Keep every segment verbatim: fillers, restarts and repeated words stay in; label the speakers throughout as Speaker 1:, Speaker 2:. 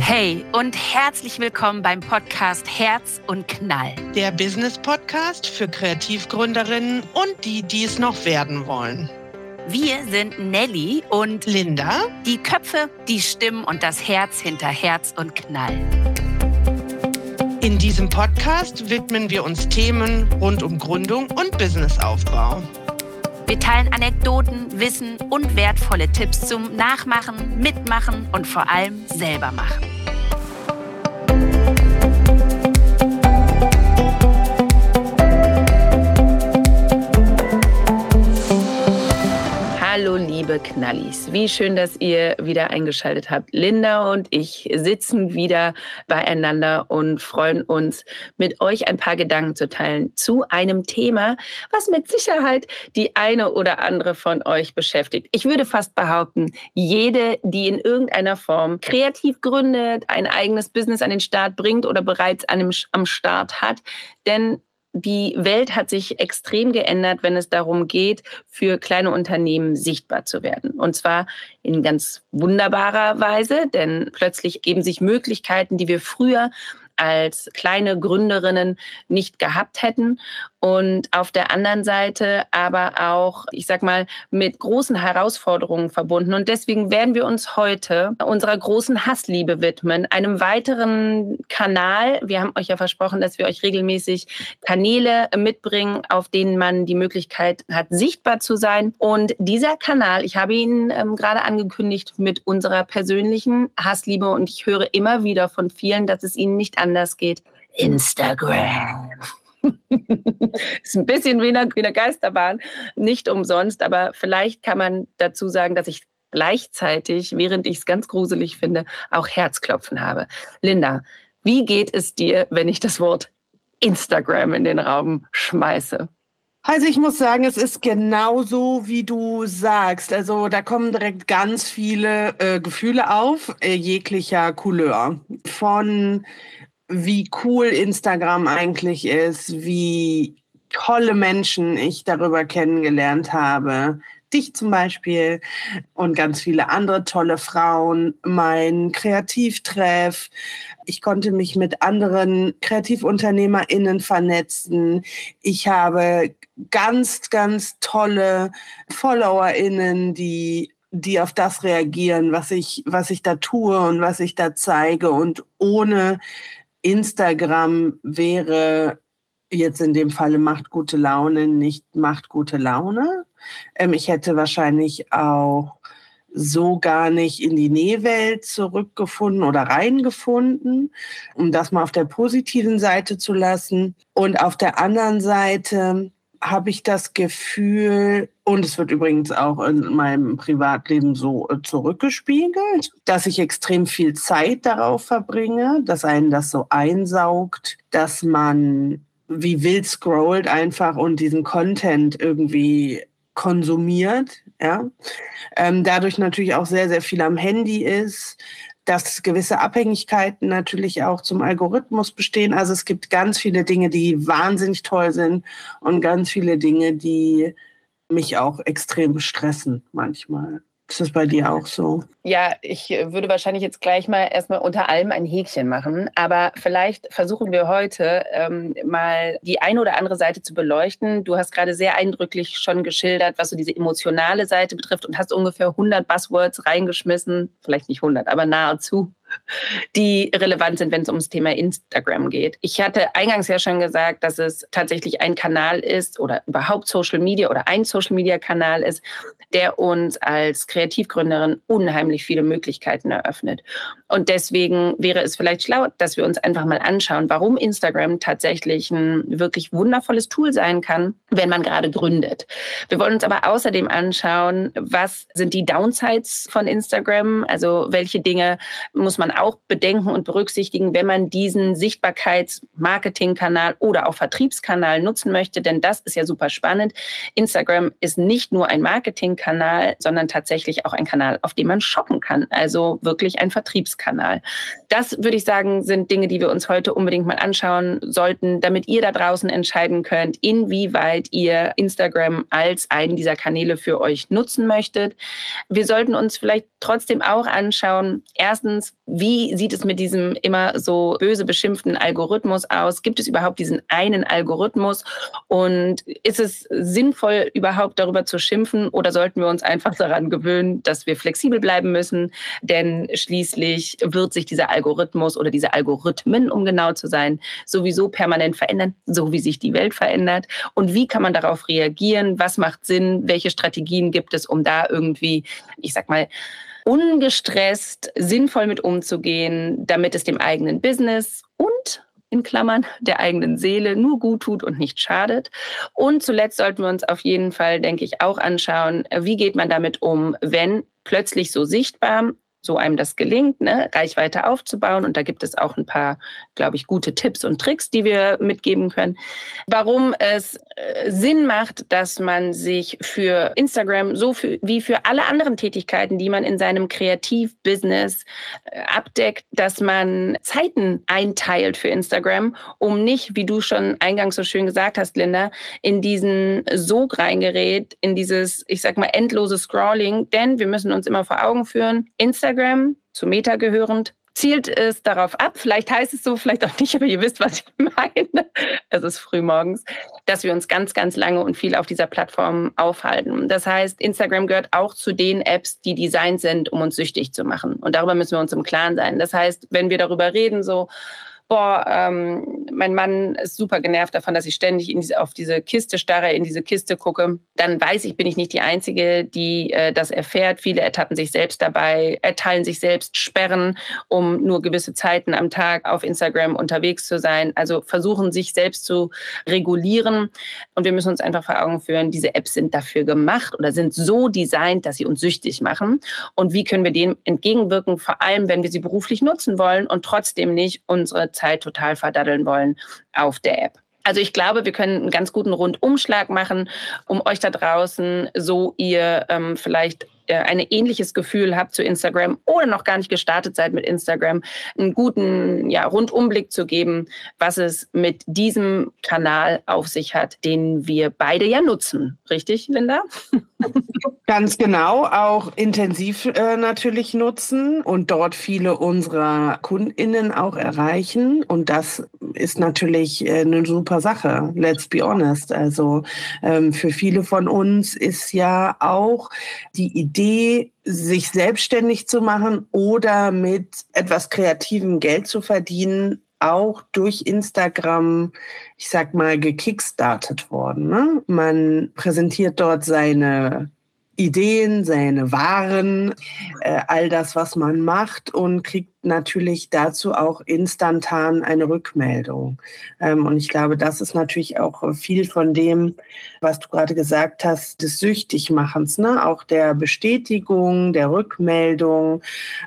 Speaker 1: Hey und herzlich willkommen beim Podcast Herz und Knall.
Speaker 2: Der Business-Podcast für Kreativgründerinnen und die, die es noch werden wollen.
Speaker 1: Wir sind Nelly und
Speaker 2: Linda,
Speaker 1: die Köpfe, die Stimmen und das Herz hinter Herz und Knall.
Speaker 2: In diesem Podcast widmen wir uns Themen rund um Gründung und Businessaufbau.
Speaker 1: Wir teilen Anekdoten, Wissen und wertvolle Tipps zum Nachmachen, Mitmachen und vor allem selber machen. Hallo liebe Knallis, wie schön, dass ihr wieder eingeschaltet habt. Linda und ich sitzen wieder beieinander und freuen uns, mit euch ein paar Gedanken zu teilen zu einem Thema, was mit Sicherheit die eine oder andere von euch beschäftigt. Ich würde fast behaupten, jede, die in irgendeiner Form kreativ gründet, ein eigenes Business an den Start bringt oder bereits einem, am Start hat, denn die Welt hat sich extrem geändert, wenn es darum geht, für kleine Unternehmen sichtbar zu werden. Und zwar in ganz wunderbarer Weise, denn plötzlich geben sich Möglichkeiten, die wir früher als kleine Gründerinnen nicht gehabt hätten. Und auf der anderen Seite aber auch, ich sag mal, mit großen Herausforderungen verbunden. Und deswegen werden wir uns heute unserer großen Hassliebe widmen, einem weiteren Kanal. Wir haben euch ja versprochen, dass wir euch regelmäßig Kanäle mitbringen, auf denen man die Möglichkeit hat, sichtbar zu sein. Und dieser Kanal, ich habe ihn ähm, gerade angekündigt, mit unserer persönlichen Hassliebe. Und ich höre immer wieder von vielen, dass es ihnen nicht anders geht. Instagram. Ist ein bisschen wie eine, wie eine Geisterbahn, nicht umsonst, aber vielleicht kann man dazu sagen, dass ich gleichzeitig, während ich es ganz gruselig finde, auch Herzklopfen habe. Linda, wie geht es dir, wenn ich das Wort Instagram in den Raum schmeiße?
Speaker 3: Also ich muss sagen, es ist genauso, wie du sagst. Also da kommen direkt ganz viele äh, Gefühle auf, äh, jeglicher Couleur. Von wie cool Instagram eigentlich ist, wie tolle Menschen ich darüber kennengelernt habe. Dich zum Beispiel und ganz viele andere tolle Frauen, mein Kreativtreff. Ich konnte mich mit anderen KreativunternehmerInnen vernetzen. Ich habe ganz, ganz tolle FollowerInnen, die die auf das reagieren, was ich, was ich da tue und was ich da zeige. Und ohne Instagram wäre jetzt in dem Falle Macht gute Laune nicht Macht gute Laune. Ähm, ich hätte wahrscheinlich auch so gar nicht in die Nähwelt zurückgefunden oder reingefunden, um das mal auf der positiven Seite zu lassen. Und auf der anderen Seite habe ich das Gefühl, und es wird übrigens auch in meinem Privatleben so zurückgespiegelt, dass ich extrem viel Zeit darauf verbringe, dass einen das so einsaugt, dass man wie wild scrollt einfach und diesen Content irgendwie konsumiert, ja. Ähm, dadurch natürlich auch sehr, sehr viel am Handy ist, dass gewisse Abhängigkeiten natürlich auch zum Algorithmus bestehen. Also es gibt ganz viele Dinge, die wahnsinnig toll sind und ganz viele Dinge, die mich auch extrem stressen manchmal. Ist das bei dir auch so?
Speaker 1: Ja, ich würde wahrscheinlich jetzt gleich mal erstmal unter allem ein Häkchen machen. Aber vielleicht versuchen wir heute ähm, mal die eine oder andere Seite zu beleuchten. Du hast gerade sehr eindrücklich schon geschildert, was so diese emotionale Seite betrifft und hast ungefähr hundert Buzzwords reingeschmissen. Vielleicht nicht hundert, aber nahezu, die relevant sind, wenn es ums Thema Instagram geht. Ich hatte eingangs ja schon gesagt, dass es tatsächlich ein Kanal ist oder überhaupt Social Media oder ein Social Media Kanal ist, der uns als Kreativgründerin unheimlich viele Möglichkeiten eröffnet. Und deswegen wäre es vielleicht schlau, dass wir uns einfach mal anschauen, warum Instagram tatsächlich ein wirklich wundervolles Tool sein kann, wenn man gerade gründet. Wir wollen uns aber außerdem anschauen, was sind die Downsides von Instagram, also welche Dinge muss man auch bedenken und berücksichtigen, wenn man diesen Sichtbarkeits-Marketing-Kanal oder auch Vertriebskanal nutzen möchte, denn das ist ja super spannend. Instagram ist nicht nur ein Marketingkanal, sondern tatsächlich auch ein Kanal, auf dem man shoppen kann, also wirklich ein Vertriebskanal. Das, würde ich sagen, sind Dinge, die wir uns heute unbedingt mal anschauen sollten, damit ihr da draußen entscheiden könnt, inwieweit inwieweit ihr Instagram als einen dieser Kanäle für euch nutzen möchtet. Wir sollten uns vielleicht trotzdem auch anschauen, erstens, wie sieht es mit diesem immer so böse beschimpften Algorithmus aus? Gibt es überhaupt diesen einen Algorithmus? Und ist es sinnvoll, überhaupt darüber zu schimpfen? Oder sollten wir uns einfach daran gewöhnen, dass wir flexibel bleiben müssen? Denn schließlich wird sich dieser Algorithmus oder diese Algorithmen, um genau zu sein, sowieso permanent verändern, so wie sich die Welt verändert. Und wie kann man darauf reagieren? Was macht Sinn? Welche Strategien gibt es, um da irgendwie, ich sag mal, ungestresst, sinnvoll mit umzugehen, damit es dem eigenen Business und in Klammern der eigenen Seele nur gut tut und nicht schadet. Und zuletzt sollten wir uns auf jeden Fall, denke ich, auch anschauen, wie geht man damit um, wenn plötzlich so sichtbar so einem das gelingt, ne, Reichweite aufzubauen. Und da gibt es auch ein paar, glaube ich, gute Tipps und Tricks, die wir mitgeben können. Warum es äh, Sinn macht, dass man sich für Instagram so für, wie für alle anderen Tätigkeiten, die man in seinem Kreativbusiness äh, abdeckt, dass man Zeiten einteilt für Instagram, um nicht, wie du schon eingangs so schön gesagt hast, Linda, in diesen Sog reingerät, in dieses, ich sag mal, endlose Scrolling. Denn wir müssen uns immer vor Augen führen, Instagram Instagram, zu Meta gehörend, zielt es darauf ab, vielleicht heißt es so, vielleicht auch nicht, aber ihr wisst, was ich meine, es ist früh morgens, dass wir uns ganz, ganz lange und viel auf dieser Plattform aufhalten. Das heißt, Instagram gehört auch zu den Apps, die designt sind, um uns süchtig zu machen. Und darüber müssen wir uns im Klaren sein. Das heißt, wenn wir darüber reden, so, boah, ähm, mein Mann ist super genervt davon, dass ich ständig in diese, auf diese Kiste starre, in diese Kiste gucke, dann weiß ich, bin ich nicht die Einzige, die äh, das erfährt. Viele ertappen sich selbst dabei, erteilen sich selbst Sperren, um nur gewisse Zeiten am Tag auf Instagram unterwegs zu sein. Also versuchen, sich selbst zu regulieren. Und wir müssen uns einfach vor Augen führen, diese Apps sind dafür gemacht oder sind so designt, dass sie uns süchtig machen. Und wie können wir dem entgegenwirken, vor allem, wenn wir sie beruflich nutzen wollen und trotzdem nicht unsere Zeit total verdaddeln wollen auf der App. Also ich glaube, wir können einen ganz guten Rundumschlag machen, um euch da draußen, so ihr ähm, vielleicht ein ähnliches Gefühl habt zu Instagram oder noch gar nicht gestartet seid mit Instagram, einen guten ja, Rundumblick zu geben, was es mit diesem Kanal auf sich hat, den wir beide ja nutzen. Richtig, Linda?
Speaker 3: Ganz genau, auch intensiv äh, natürlich nutzen und dort viele unserer KundInnen auch erreichen. Und das ist natürlich äh, eine super Sache, let's be honest. Also ähm, für viele von uns ist ja auch die Idee, Idee, sich selbstständig zu machen oder mit etwas kreativem Geld zu verdienen, auch durch Instagram, ich sag mal, gekickstartet worden. Ne? Man präsentiert dort seine Ideen, seine Waren, äh, all das, was man macht und kriegt natürlich dazu auch instantan eine Rückmeldung. Ähm, und ich glaube, das ist natürlich auch viel von dem, was du gerade gesagt hast, des Süchtigmachens, ne? Auch der Bestätigung, der Rückmeldung,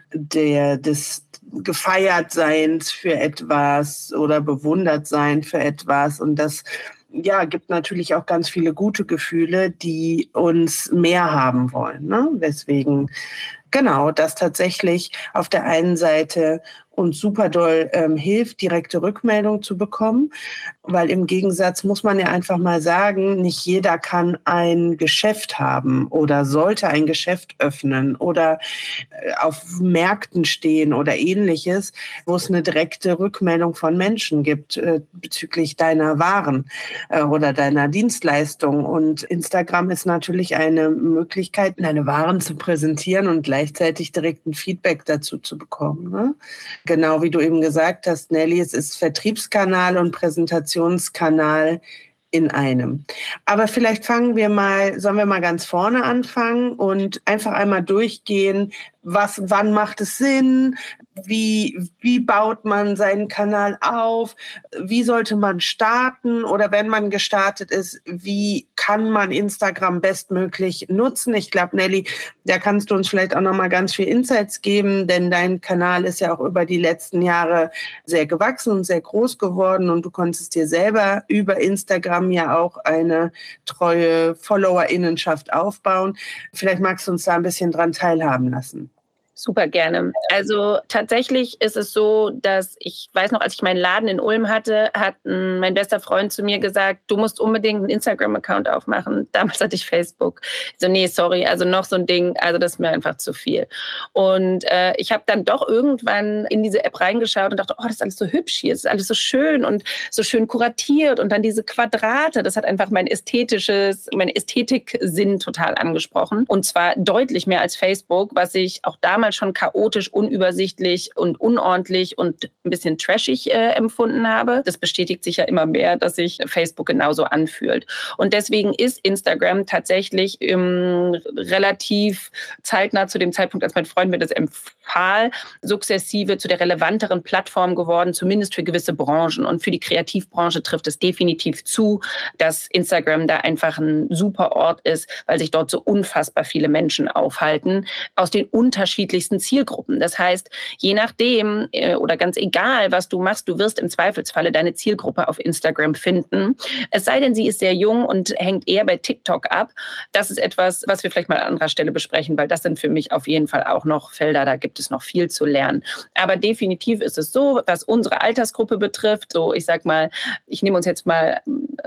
Speaker 3: der, des Gefeiertseins für etwas oder Bewundertsein für etwas. Und das ja, gibt natürlich auch ganz viele gute Gefühle, die uns mehr haben wollen. Ne? Deswegen, genau, das tatsächlich auf der einen Seite uns super doll ähm, hilft, direkte Rückmeldung zu bekommen, weil im Gegensatz muss man ja einfach mal sagen, nicht jeder kann ein Geschäft haben oder sollte ein Geschäft öffnen oder äh, auf Märkten stehen oder ähnliches, wo es eine direkte Rückmeldung von Menschen gibt äh, bezüglich deiner Waren äh, oder deiner Dienstleistung. Und Instagram ist natürlich eine Möglichkeit, deine Waren zu präsentieren und gleichzeitig direkt ein Feedback dazu zu bekommen. Ne? Genau wie du eben gesagt hast, Nelly, es ist Vertriebskanal und Präsentationskanal in einem. Aber vielleicht fangen wir mal, sollen wir mal ganz vorne anfangen und einfach einmal durchgehen, was, wann macht es Sinn, wie, wie baut man seinen Kanal auf, wie sollte man starten oder wenn man gestartet ist, wie kann man Instagram bestmöglich nutzen? Ich glaube, Nelly, da kannst du uns vielleicht auch noch mal ganz viel Insights geben, denn dein Kanal ist ja auch über die letzten Jahre sehr gewachsen und sehr groß geworden und du konntest dir selber über Instagram ja auch eine treue FollowerInnenschaft aufbauen. Vielleicht magst du uns da ein bisschen dran teilhaben lassen.
Speaker 1: Super gerne. Also tatsächlich ist es so, dass ich weiß noch, als ich meinen Laden in Ulm hatte, hat mein bester Freund zu mir gesagt, du musst unbedingt einen Instagram-Account aufmachen. Damals hatte ich Facebook. So, nee, sorry, also noch so ein Ding, also das ist mir einfach zu viel. Und äh, ich habe dann doch irgendwann in diese App reingeschaut und dachte, oh, das ist alles so hübsch hier, das ist alles so schön und so schön kuratiert und dann diese Quadrate, das hat einfach mein ästhetisches, mein Ästhetiksinn total angesprochen. Und zwar deutlich mehr als Facebook, was ich auch damals schon chaotisch, unübersichtlich und unordentlich und ein bisschen trashig äh, empfunden habe. Das bestätigt sich ja immer mehr, dass sich Facebook genauso anfühlt. Und deswegen ist Instagram tatsächlich ähm, relativ zeitnah zu dem Zeitpunkt, als mein Freund mir das empfahl, sukzessive zu der relevanteren Plattform geworden, zumindest für gewisse Branchen. Und für die Kreativbranche trifft es definitiv zu, dass Instagram da einfach ein super Ort ist, weil sich dort so unfassbar viele Menschen aufhalten, aus den unterschiedlichsten Zielgruppen. Das heißt, je nachdem äh, oder ganz egal, was du machst, du wirst im Zweifelsfalle deine Zielgruppe auf Instagram finden. Es sei denn, sie ist sehr jung und hängt eher bei TikTok ab. Das ist etwas, was wir vielleicht mal an anderer Stelle besprechen, weil das sind für mich auf jeden Fall auch noch Felder, da gibt es noch viel zu lernen. Aber definitiv ist es so, was unsere Altersgruppe betrifft, so ich sag mal, ich nehme uns jetzt mal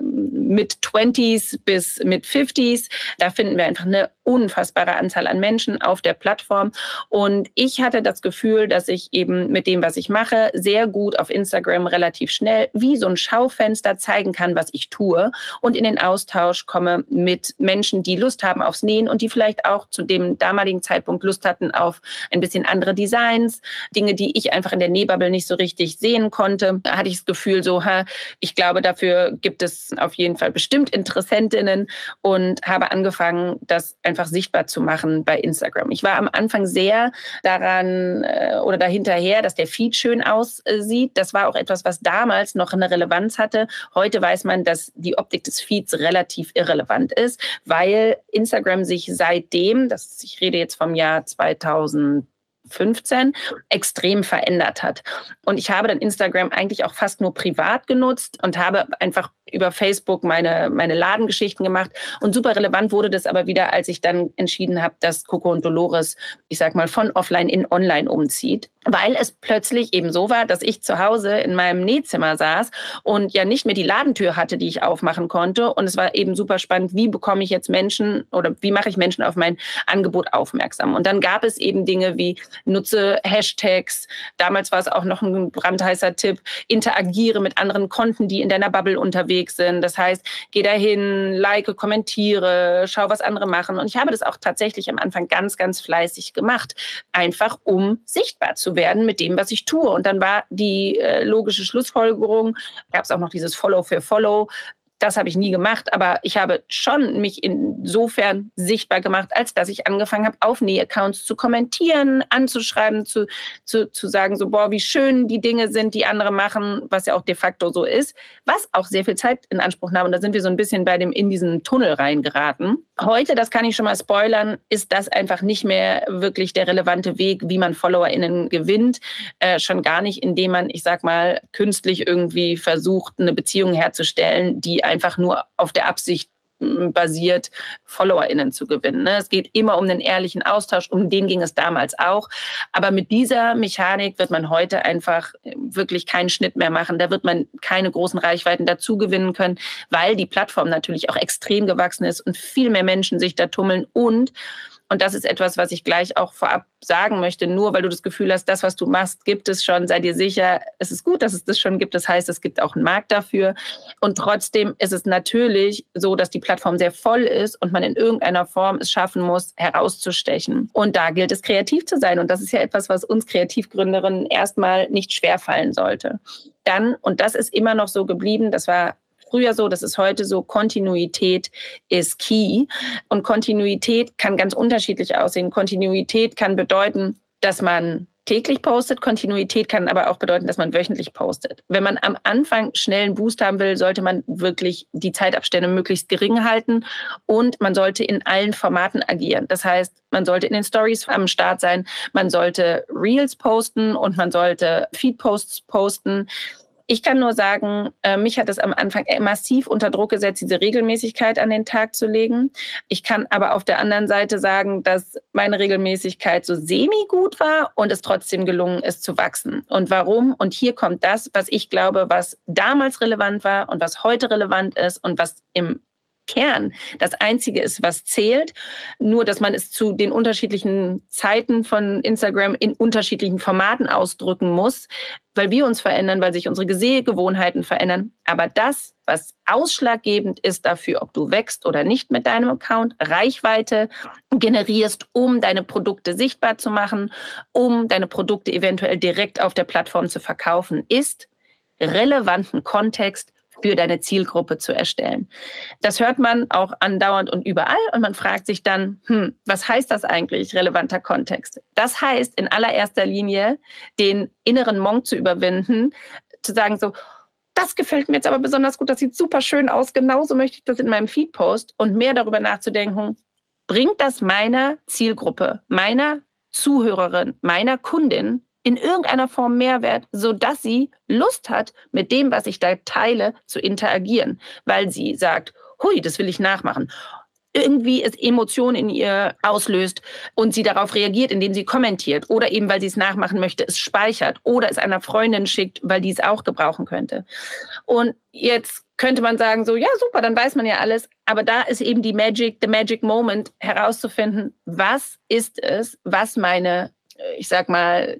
Speaker 1: mit zwanziger bis mit fünfziger, da finden wir einfach eine unfassbare Anzahl an Menschen auf der Plattform. Und ich hatte das Gefühl, dass ich eben mit dem, was ich mache, sehr gut auf Instagram relativ schnell wie so ein Schaufenster zeigen kann, was ich tue und in den Austausch komme mit Menschen, die Lust haben aufs Nähen und die vielleicht auch zu dem damaligen Zeitpunkt Lust hatten auf ein bisschen andere Designs, Dinge, die ich einfach in der Nähbubble nicht so richtig sehen konnte. Da hatte ich das Gefühl so, ha, ich glaube, dafür gibt es auf jeden Fall bestimmt Interessentinnen und habe angefangen, das einfach sichtbar zu machen bei Instagram. Ich war am Anfang sehr daran äh, oder dahinterher, dass der Feed schön aussieht. Das war auch etwas, was damals noch eine Relevanz hatte. Heute weiß man, dass die Optik des Feeds relativ irrelevant ist, weil Instagram sich seitdem, das, ich rede jetzt vom Jahr zweitausendfünfzehn, extrem verändert hat. Und ich habe dann Instagram eigentlich auch fast nur privat genutzt und habe einfach über Facebook meine, meine Ladengeschichten gemacht. Und super relevant wurde das aber wieder, als ich dann entschieden habe, dass Coco und Dolores, ich sag mal, von offline in online umzieht. Weil es plötzlich eben so war, dass ich zu Hause in meinem Nähzimmer saß und ja nicht mehr die Ladentür hatte, die ich aufmachen konnte. Und es war eben super spannend, wie bekomme ich jetzt Menschen oder wie mache ich Menschen auf mein Angebot aufmerksam. Und dann gab es eben Dinge wie nutze Hashtags. Damals war es auch noch ein brandheißer Tipp, interagiere mit anderen Konten, die in deiner Bubble unterwegs sind. Das heißt, geh dahin, like, kommentiere, schau, was andere machen. Und ich habe das auch tatsächlich am Anfang ganz, ganz fleißig gemacht. Einfach um sichtbar zu werden mit dem, was ich tue. Und dann war die äh, logische Schlussfolgerung, gab es auch noch dieses Follow für Follow. Das habe ich nie gemacht, aber ich habe schon mich insofern sichtbar gemacht, als dass ich angefangen habe, auf Näh-Accounts zu kommentieren, anzuschreiben, zu, zu, zu sagen, so, boah, wie schön die Dinge sind, die andere machen, was ja auch de facto so ist, was auch sehr viel Zeit in Anspruch nahm. Und da sind wir so ein bisschen bei dem in diesen Tunnel reingeraten. Heute, das kann ich schon mal spoilern, ist das einfach nicht mehr wirklich der relevante Weg, wie man FollowerInnen gewinnt. Äh, schon gar nicht, indem man, ich sag mal, künstlich irgendwie versucht, eine Beziehung herzustellen, die einfach nur auf der Absicht basiert, FollowerInnen zu gewinnen. Es geht immer um den ehrlichen Austausch, um den ging es damals auch. Aber mit dieser Mechanik wird man heute einfach wirklich keinen Schnitt mehr machen. Da wird man keine großen Reichweiten dazu gewinnen können, weil die Plattform natürlich auch extrem gewachsen ist und viel mehr Menschen sich da tummeln und Und das ist etwas, was ich gleich auch vorab sagen möchte. Nur weil du das Gefühl hast, das, was du machst, gibt es schon, sei dir sicher, es ist gut, dass es das schon gibt. Das heißt, es gibt auch einen Markt dafür. Und trotzdem ist es natürlich so, dass die Plattform sehr voll ist und man in irgendeiner Form es schaffen muss, herauszustechen. Und da gilt es, kreativ zu sein. Und das ist ja etwas, was uns Kreativgründerinnen erstmal nicht schwerfallen sollte. Dann, und das ist immer noch so geblieben, das war früher so, das ist heute so, Kontinuität ist key. Und Kontinuität kann ganz unterschiedlich aussehen. Kontinuität kann bedeuten, dass man täglich postet. Kontinuität kann aber auch bedeuten, dass man wöchentlich postet. Wenn man am Anfang schnell einen Boost haben will, sollte man wirklich die Zeitabstände möglichst gering halten und man sollte in allen Formaten agieren. Das heißt, man sollte in den Stories am Start sein, man sollte Reels posten und man sollte Feed-Posts posten. Ich kann nur sagen, äh, mich hat es am Anfang massiv unter Druck gesetzt, diese Regelmäßigkeit an den Tag zu legen. Ich kann aber auf der anderen Seite sagen, dass meine Regelmäßigkeit so semi-gut war und es trotzdem gelungen ist zu wachsen. Und warum? Und hier kommt das, was ich glaube, was damals relevant war und was heute relevant ist und was im Kern das Einzige ist, was zählt, nur dass man es zu den unterschiedlichen Zeiten von Instagram in unterschiedlichen Formaten ausdrücken muss, weil wir uns verändern, weil sich unsere Sehgewohnheiten verändern. Aber das, was ausschlaggebend ist dafür, ob du wächst oder nicht mit deinem Account, Reichweite generierst, um deine Produkte sichtbar zu machen, um deine Produkte eventuell direkt auf der Plattform zu verkaufen, ist relevanten Kontext für deine Zielgruppe zu erstellen. Das hört man auch andauernd und überall und man fragt sich dann, hm, was heißt das eigentlich, relevanter Kontext? Das heißt in allererster Linie, den inneren Monk zu überwinden, zu sagen so, das gefällt mir jetzt aber besonders gut, das sieht super schön aus, genauso möchte ich das in meinem Feed posten und mehr darüber nachzudenken, bringt das meiner Zielgruppe, meiner Zuhörerin, meiner Kundin in irgendeiner Form Mehrwert, sodass sie Lust hat, mit dem, was ich da teile, zu interagieren. Weil sie sagt, hui, das will ich nachmachen. Irgendwie es Emotionen in ihr auslöst und sie darauf reagiert, indem sie kommentiert. Oder eben, weil sie es nachmachen möchte, es speichert. Oder es einer Freundin schickt, weil die es auch gebrauchen könnte. Und jetzt könnte man sagen, so, ja, super, dann weiß man ja alles. Aber da ist eben die Magic, the Magic Moment, herauszufinden, was ist es, was meine, ich sag mal,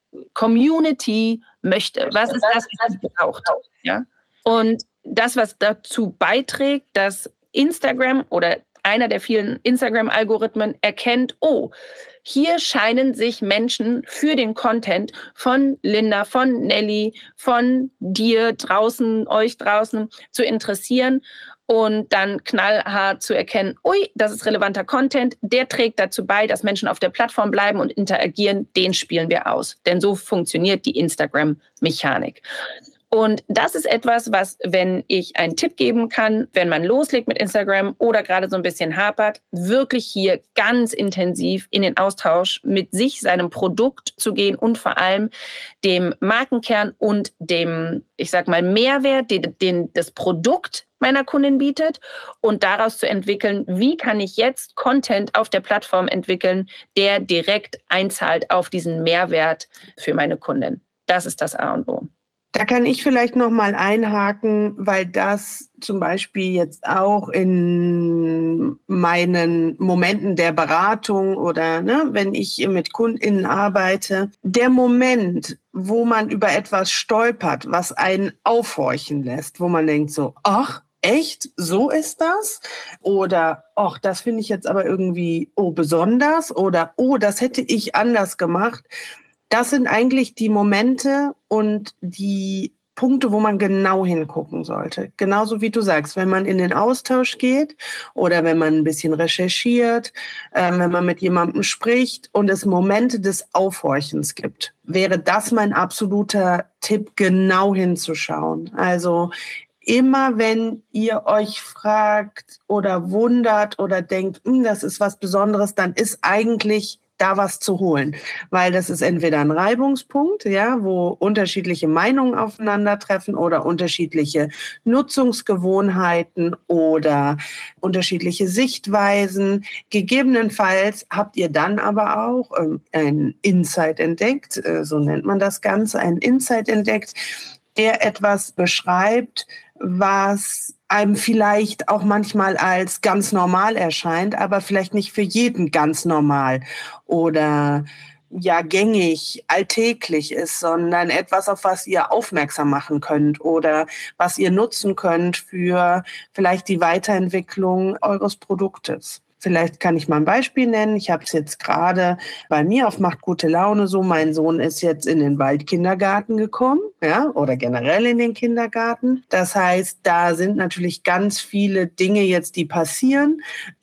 Speaker 1: Community möchte. Was ist das, was sie braucht? Ja? Und das, was dazu beiträgt, dass Instagram oder einer der vielen Instagram-Algorithmen erkennt, oh, hier scheinen sich Menschen für den Content von Linda, von Nelly, von dir draußen, euch draußen zu interessieren und dann knallhart zu erkennen, ui, das ist relevanter Content, der trägt dazu bei, dass Menschen auf der Plattform bleiben und interagieren, den spielen wir aus. Denn so funktioniert die Instagram-Mechanik. Und das ist etwas, was, wenn ich einen Tipp geben kann, wenn man loslegt mit Instagram oder gerade so ein bisschen hapert, wirklich hier ganz intensiv in den Austausch mit sich, seinem Produkt zu gehen und vor allem dem Markenkern und dem, ich sag mal, Mehrwert, den, den das Produkt meiner Kundin bietet und daraus zu entwickeln, wie kann ich jetzt Content auf der Plattform entwickeln, der direkt einzahlt auf diesen Mehrwert für meine Kundin. Das ist das A und O.
Speaker 3: Da kann ich vielleicht noch mal einhaken, weil das zum Beispiel jetzt auch in meinen Momenten der Beratung oder ne, wenn ich mit KundInnen arbeite, der Moment, wo man über etwas stolpert, was einen aufhorchen lässt, wo man denkt so, ach, echt, so ist das? Oder, ach, das finde ich jetzt aber irgendwie, oh, besonders oder, oh, das hätte ich anders gemacht. Das sind eigentlich die Momente und die Punkte, wo man genau hingucken sollte. Genauso wie du sagst, wenn man in den Austausch geht oder wenn man ein bisschen recherchiert, äh, wenn man mit jemandem spricht und es Momente des Aufhorchens gibt, wäre das mein absoluter Tipp, genau hinzuschauen. Also immer wenn ihr euch fragt oder wundert oder denkt, das ist was Besonderes, dann ist eigentlich da was zu holen, weil das ist entweder ein Reibungspunkt, ja, wo unterschiedliche Meinungen aufeinandertreffen oder unterschiedliche Nutzungsgewohnheiten oder unterschiedliche Sichtweisen. Gegebenenfalls habt ihr dann aber auch ähm, ein Insight entdeckt, äh, so nennt man das Ganze, ein Insight entdeckt, der etwas beschreibt, was einem vielleicht auch manchmal als ganz normal erscheint, aber vielleicht nicht für jeden ganz normal oder ja gängig, alltäglich ist, sondern etwas, auf was ihr aufmerksam machen könnt oder was ihr nutzen könnt für vielleicht die Weiterentwicklung eures Produktes. Vielleicht kann ich mal ein Beispiel nennen. Ich habe es jetzt gerade bei mir auf Macht gute Laune so. Mein Sohn ist jetzt in den Waldkindergarten gekommen, ja, oder generell in den Kindergarten. Das heißt, da sind natürlich ganz viele Dinge jetzt, die passieren,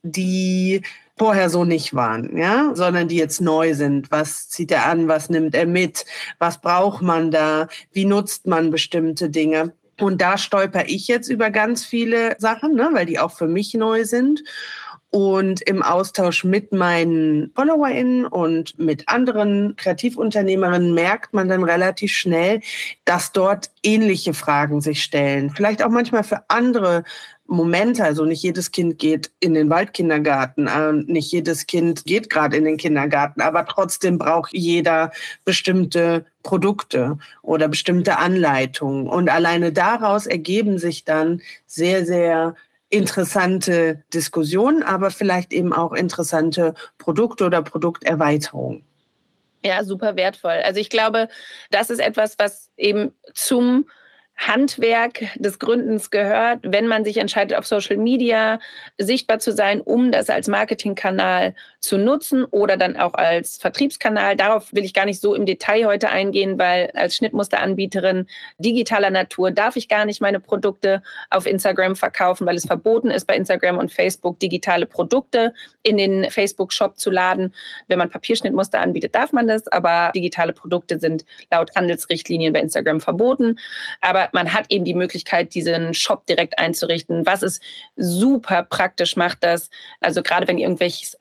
Speaker 3: die vorher so nicht waren, ja, sondern die jetzt neu sind. Was zieht er an? Was nimmt er mit? Was braucht man da? Wie nutzt man bestimmte Dinge? Und da stolper ich jetzt über ganz viele Sachen, ne, weil die auch für mich neu sind. Und im Austausch mit meinen FollowerInnen und mit anderen Kreativunternehmerinnen merkt man dann relativ schnell, dass dort ähnliche Fragen sich stellen. Vielleicht auch manchmal für andere Momente. Also nicht jedes Kind geht in den Waldkindergarten, nicht jedes Kind geht gerade in den Kindergarten, aber trotzdem braucht jeder bestimmte Produkte oder bestimmte Anleitungen. Und alleine daraus ergeben sich dann sehr, sehr interessante Diskussionen, aber vielleicht eben auch interessante Produkte oder Produkterweiterungen.
Speaker 1: Ja, super wertvoll. Also ich glaube, das ist etwas, was eben zum Handwerk des Gründens gehört, wenn man sich entscheidet, auf Social Media sichtbar zu sein, um das als Marketingkanal zu nutzen oder dann auch als Vertriebskanal. Darauf will ich gar nicht so im Detail heute eingehen, weil als Schnittmusteranbieterin digitaler Natur darf ich gar nicht meine Produkte auf Instagram verkaufen, weil es verboten ist, bei Instagram und Facebook digitale Produkte in den Facebook-Shop zu laden. Wenn man Papierschnittmuster anbietet, darf man das, aber digitale Produkte sind laut Handelsrichtlinien bei Instagram verboten. Aber man hat eben die Möglichkeit, diesen Shop direkt einzurichten, was es super praktisch macht, dass, also gerade wenn ihr irgendwelches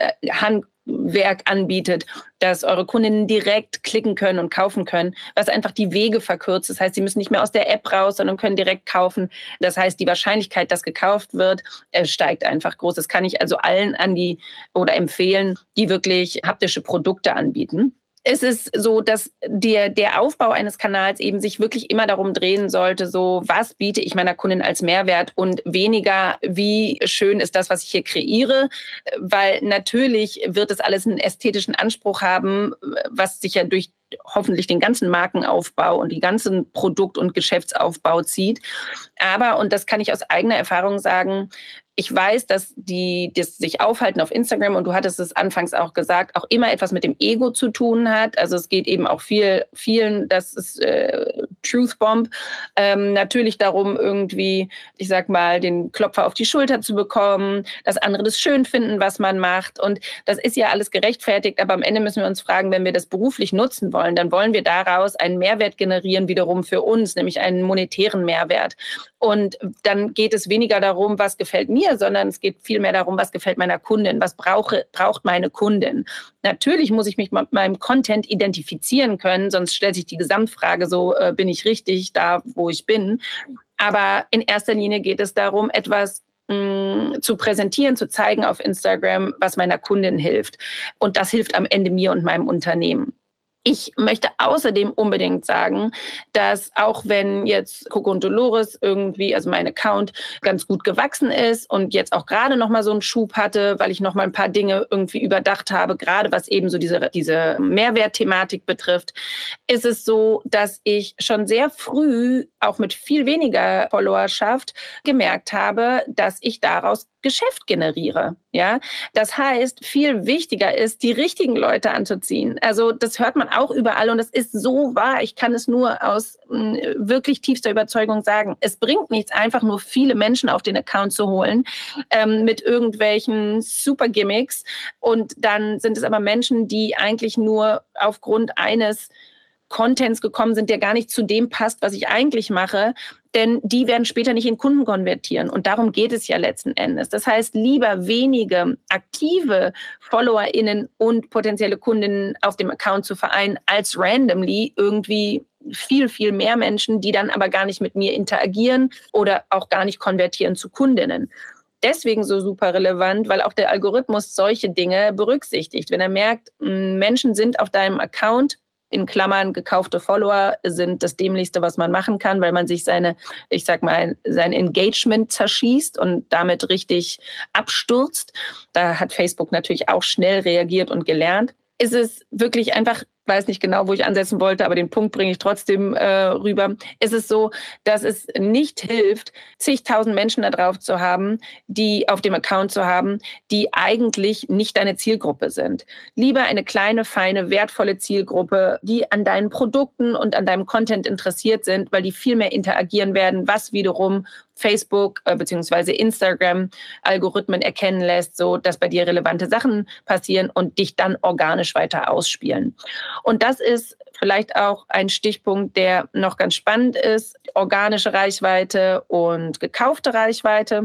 Speaker 1: Handwerk anbietet, dass eure Kundinnen direkt klicken können und kaufen können, was einfach die Wege verkürzt. Das heißt, sie müssen nicht mehr aus der App raus, sondern können direkt kaufen. Das heißt, die Wahrscheinlichkeit, dass gekauft wird, steigt einfach groß. Das kann ich also allen an die oder empfehlen, die wirklich haptische Produkte anbieten. Es ist so, dass der, der Aufbau eines Kanals eben sich wirklich immer darum drehen sollte, so was biete ich meiner Kundin als Mehrwert und weniger, wie schön ist das, was ich hier kreiere, weil natürlich wird es alles einen ästhetischen Anspruch haben, was sich ja durch hoffentlich den ganzen Markenaufbau und die ganzen Produkt- und Geschäftsaufbau zieht. Aber, und das kann ich aus eigener Erfahrung sagen, ich weiß, dass die das sich aufhalten auf Instagram, und du hattest es anfangs auch gesagt, auch immer etwas mit dem Ego zu tun hat. Also es geht eben auch viel, vielen, das ist äh, Truth Bomb, ähm, natürlich darum, irgendwie, ich sag mal, den Klopfer auf die Schulter zu bekommen, dass andere das schön finden, was man macht. Und das ist ja alles gerechtfertigt, aber am Ende müssen wir uns fragen, wenn wir das beruflich nutzen wollen, dann wollen wir daraus einen Mehrwert generieren, wiederum für uns, nämlich einen monetären Mehrwert. Und dann geht es weniger darum, was gefällt mir, sondern es geht viel mehr darum, was gefällt meiner Kundin, was brauche, braucht meine Kundin. Natürlich muss ich mich mit meinem Content identifizieren können, sonst stellt sich die Gesamtfrage so, äh, bin ich richtig da, wo ich bin. Aber in erster Linie geht es darum, etwas mh, zu präsentieren, zu zeigen auf Instagram, was meiner Kundin hilft. Und das hilft am Ende mir und meinem Unternehmen. Ich möchte außerdem unbedingt sagen, dass auch wenn jetzt Coco und Dolores irgendwie, also mein Account, ganz gut gewachsen ist und jetzt auch gerade nochmal so einen Schub hatte, weil ich nochmal ein paar Dinge irgendwie überdacht habe, gerade was eben so diese, diese Mehrwertthematik betrifft, ist es so, dass ich schon sehr früh, auch mit viel weniger Followerschaft, gemerkt habe, dass ich daraus Geschäft generiere. Ja, das heißt, viel wichtiger ist, die richtigen Leute anzuziehen. Also das hört man auch überall und es ist so wahr. Ich kann es nur aus mh, wirklich tiefster Überzeugung sagen. Es bringt nichts, einfach nur viele Menschen auf den Account zu holen ähm, mit irgendwelchen super Gimmicks, und dann sind es aber Menschen, die eigentlich nur aufgrund eines Contents gekommen sind, der gar nicht zu dem passt, was ich eigentlich mache, denn die werden später nicht in Kunden konvertieren. Und darum geht es ja letzten Endes. Das heißt, lieber wenige aktive FollowerInnen und potenzielle Kundinnen auf dem Account zu vereinen, als randomly irgendwie viel, viel mehr Menschen, die dann aber gar nicht mit mir interagieren oder auch gar nicht konvertieren zu Kundinnen. Deswegen so super relevant, weil auch der Algorithmus solche Dinge berücksichtigt. Wenn er merkt, Menschen sind auf deinem Account, in Klammern gekaufte Follower sind das Dämlichste, was man machen kann, weil man sich seine, ich sag mal, sein Engagement zerschießt und damit richtig abstürzt. Da hat Facebook natürlich auch schnell reagiert und gelernt. Ist es wirklich einfach, weiß nicht genau, wo ich ansetzen wollte, aber den Punkt bringe ich trotzdem äh, rüber. Ist es so, dass es nicht hilft, zigtausend Menschen da drauf zu haben, die auf dem Account zu haben, die eigentlich nicht deine Zielgruppe sind. Lieber eine kleine, feine, wertvolle Zielgruppe, die an deinen Produkten und an deinem Content interessiert sind, weil die viel mehr interagieren werden, was wiederum Facebook äh, bzw. Instagram-Algorithmen erkennen lässt, so dass bei dir relevante Sachen passieren und dich dann organisch weiter ausspielen. Und das ist vielleicht auch ein Stichpunkt, der noch ganz spannend ist: organische Reichweite und gekaufte Reichweite.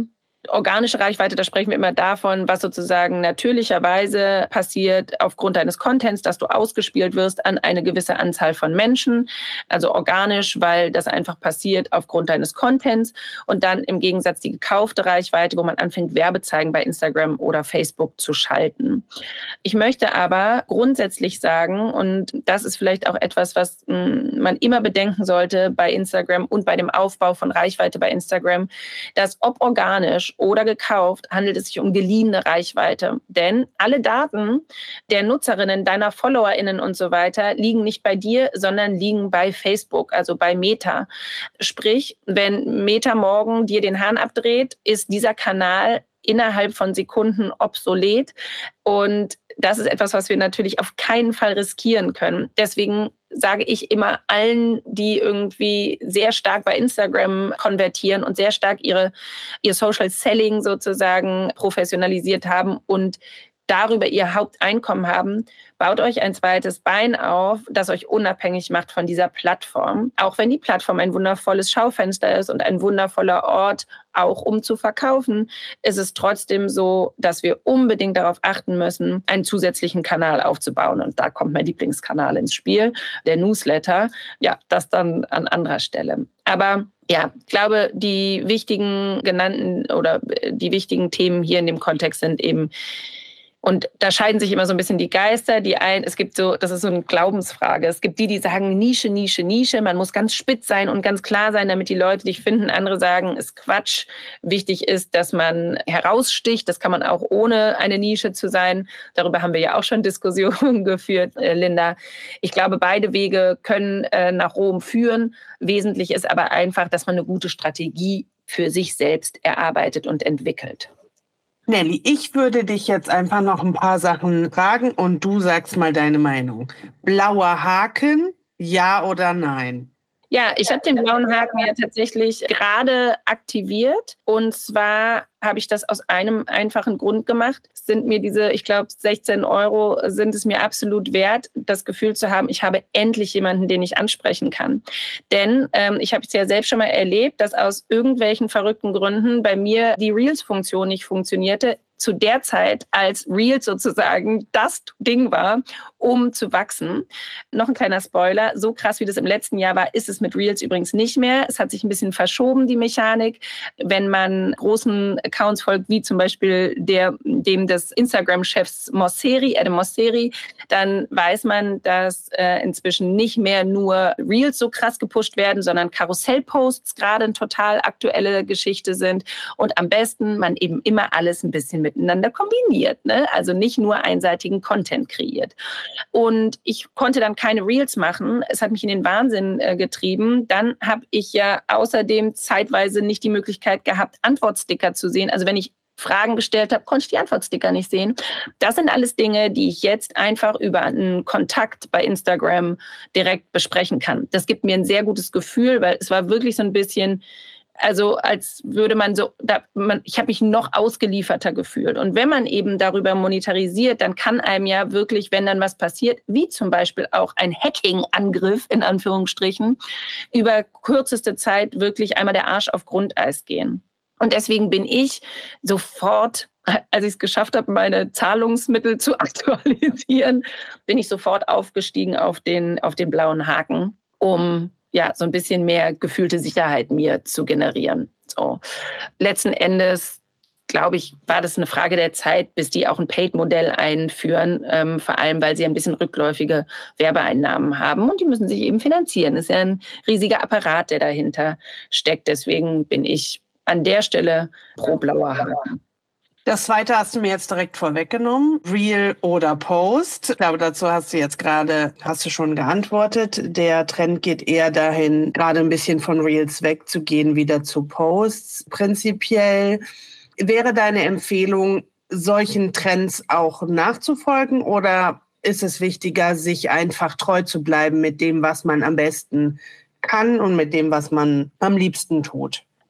Speaker 1: Organische Reichweite, da sprechen wir immer davon, was sozusagen natürlicherweise passiert aufgrund deines Contents, dass du ausgespielt wirst an eine gewisse Anzahl von Menschen. Also organisch, weil das einfach passiert aufgrund deines Contents. Und dann im Gegensatz die gekaufte Reichweite, wo man anfängt, Werbezeigen bei Instagram oder Facebook zu schalten. Ich möchte aber grundsätzlich sagen, und das ist vielleicht auch etwas, was mh, man immer bedenken sollte bei Instagram und bei dem Aufbau von Reichweite bei Instagram, dass ob organisch oder gekauft, handelt es sich um geliehene Reichweite. Denn alle Daten der Nutzerinnen, deiner FollowerInnen und so weiter liegen nicht bei dir, sondern liegen bei Facebook, also bei Meta. Sprich, wenn Meta morgen dir den Hahn abdreht, ist dieser Kanal innerhalb von Sekunden obsolet. Und das ist etwas, was wir natürlich auf keinen Fall riskieren können. Deswegen sage ich immer allen, die irgendwie sehr stark bei Instagram konvertieren und sehr stark ihre, ihr Social Selling sozusagen professionalisiert haben und darüber ihr Haupteinkommen haben, baut euch ein zweites Bein auf, das euch unabhängig macht von dieser Plattform. Auch wenn die Plattform ein wundervolles Schaufenster ist und ein wundervoller Ort, auch um zu verkaufen, ist es trotzdem so, dass wir unbedingt darauf achten müssen, einen zusätzlichen Kanal aufzubauen. Und da kommt mein Lieblingskanal ins Spiel, der Newsletter. Ja, das dann an anderer Stelle. Aber ja, ich glaube, die wichtigen genannten oder die wichtigen Themen hier in dem Kontext sind eben, und da scheiden sich immer so ein bisschen die Geister. Die ein, es gibt so, das ist so eine Glaubensfrage. Es gibt die, die sagen Nische, Nische, Nische. Man muss ganz spitz sein und ganz klar sein, damit die Leute dich finden. Andere sagen, ist Quatsch. Wichtig ist, dass man heraussticht. Das kann man auch ohne eine Nische zu sein. Darüber haben wir ja auch schon Diskussionen geführt, äh, Linda. Ich glaube, beide Wege können äh, nach Rom führen. Wesentlich ist aber einfach, dass man eine gute Strategie für sich selbst erarbeitet und entwickelt.
Speaker 3: Nelly, ich würde dich jetzt einfach noch ein paar Sachen fragen und du sagst mal deine Meinung. Blauer Haken, ja oder nein?
Speaker 1: Ja, ich habe den blauen Haken ja tatsächlich gerade aktiviert. Und zwar habe ich das aus einem einfachen Grund gemacht. Es sind mir diese, ich glaube, sechzehn Euro sind es mir absolut wert, das Gefühl zu haben, ich habe endlich jemanden, den ich ansprechen kann. Denn ähm, ich habe es ja selbst schon mal erlebt, dass aus irgendwelchen verrückten Gründen bei mir die Reels-Funktion nicht funktionierte. Zu der Zeit, als Reels sozusagen das Ding war, um zu wachsen. Noch ein kleiner Spoiler, so krass wie das im letzten Jahr war, ist es mit Reels übrigens nicht mehr. Es hat sich ein bisschen verschoben, die Mechanik. Wenn man großen Accounts folgt, wie zum Beispiel der, dem des Instagram-Chefs Mosseri, Adam Mosseri, dann weiß man, dass äh, inzwischen nicht mehr nur Reels so krass gepusht werden, sondern Karussellposts gerade eine total aktuelle Geschichte sind. Und am besten man eben immer alles ein bisschen miteinander kombiniert, ne? Also nicht nur einseitigen Content kreiert. Und ich konnte dann keine Reels machen. Es hat mich in den Wahnsinn äh, getrieben. Dann habe ich ja außerdem zeitweise nicht die Möglichkeit gehabt, Antwortsticker zu sehen. Also wenn ich Fragen gestellt habe, konnte ich die Antwortsticker nicht sehen. Das sind alles Dinge, die ich jetzt einfach über einen Kontakt bei Instagram direkt besprechen kann. Das gibt mir ein sehr gutes Gefühl, weil es war wirklich so ein bisschen, also als würde man so, da, man, ich habe mich noch ausgelieferter gefühlt. Und wenn man eben darüber monetarisiert, dann kann einem ja wirklich, wenn dann was passiert, wie zum Beispiel auch ein Hacking-Angriff in Anführungsstrichen, über kürzeste Zeit wirklich einmal der Arsch auf Grundeis gehen. Und deswegen bin ich sofort, als ich es geschafft habe, meine Zahlungsmittel zu aktualisieren, bin ich sofort aufgestiegen auf den, auf den blauen Haken, um ja, so ein bisschen mehr gefühlte Sicherheit mir zu generieren. So. Letzten Endes, glaube ich, war das eine Frage der Zeit, bis die auch ein Paid-Modell einführen, ähm, vor allem, weil sie ein bisschen rückläufige Werbeeinnahmen haben und die müssen sich eben finanzieren. Das ist ja ein riesiger Apparat, der dahinter steckt. Deswegen bin ich an der Stelle pro blauer Haken.
Speaker 3: Das zweite hast du mir jetzt direkt vorweggenommen. Reel oder Post. Ich glaube, dazu hast du jetzt gerade, hast du schon geantwortet. Der Trend geht eher dahin, gerade ein bisschen von Reels wegzugehen, wieder zu Posts. Prinzipiell wäre deine Empfehlung, solchen Trends auch nachzufolgen, oder ist es wichtiger, sich einfach treu zu bleiben mit dem, was man am besten kann und mit dem, was man am liebsten tut?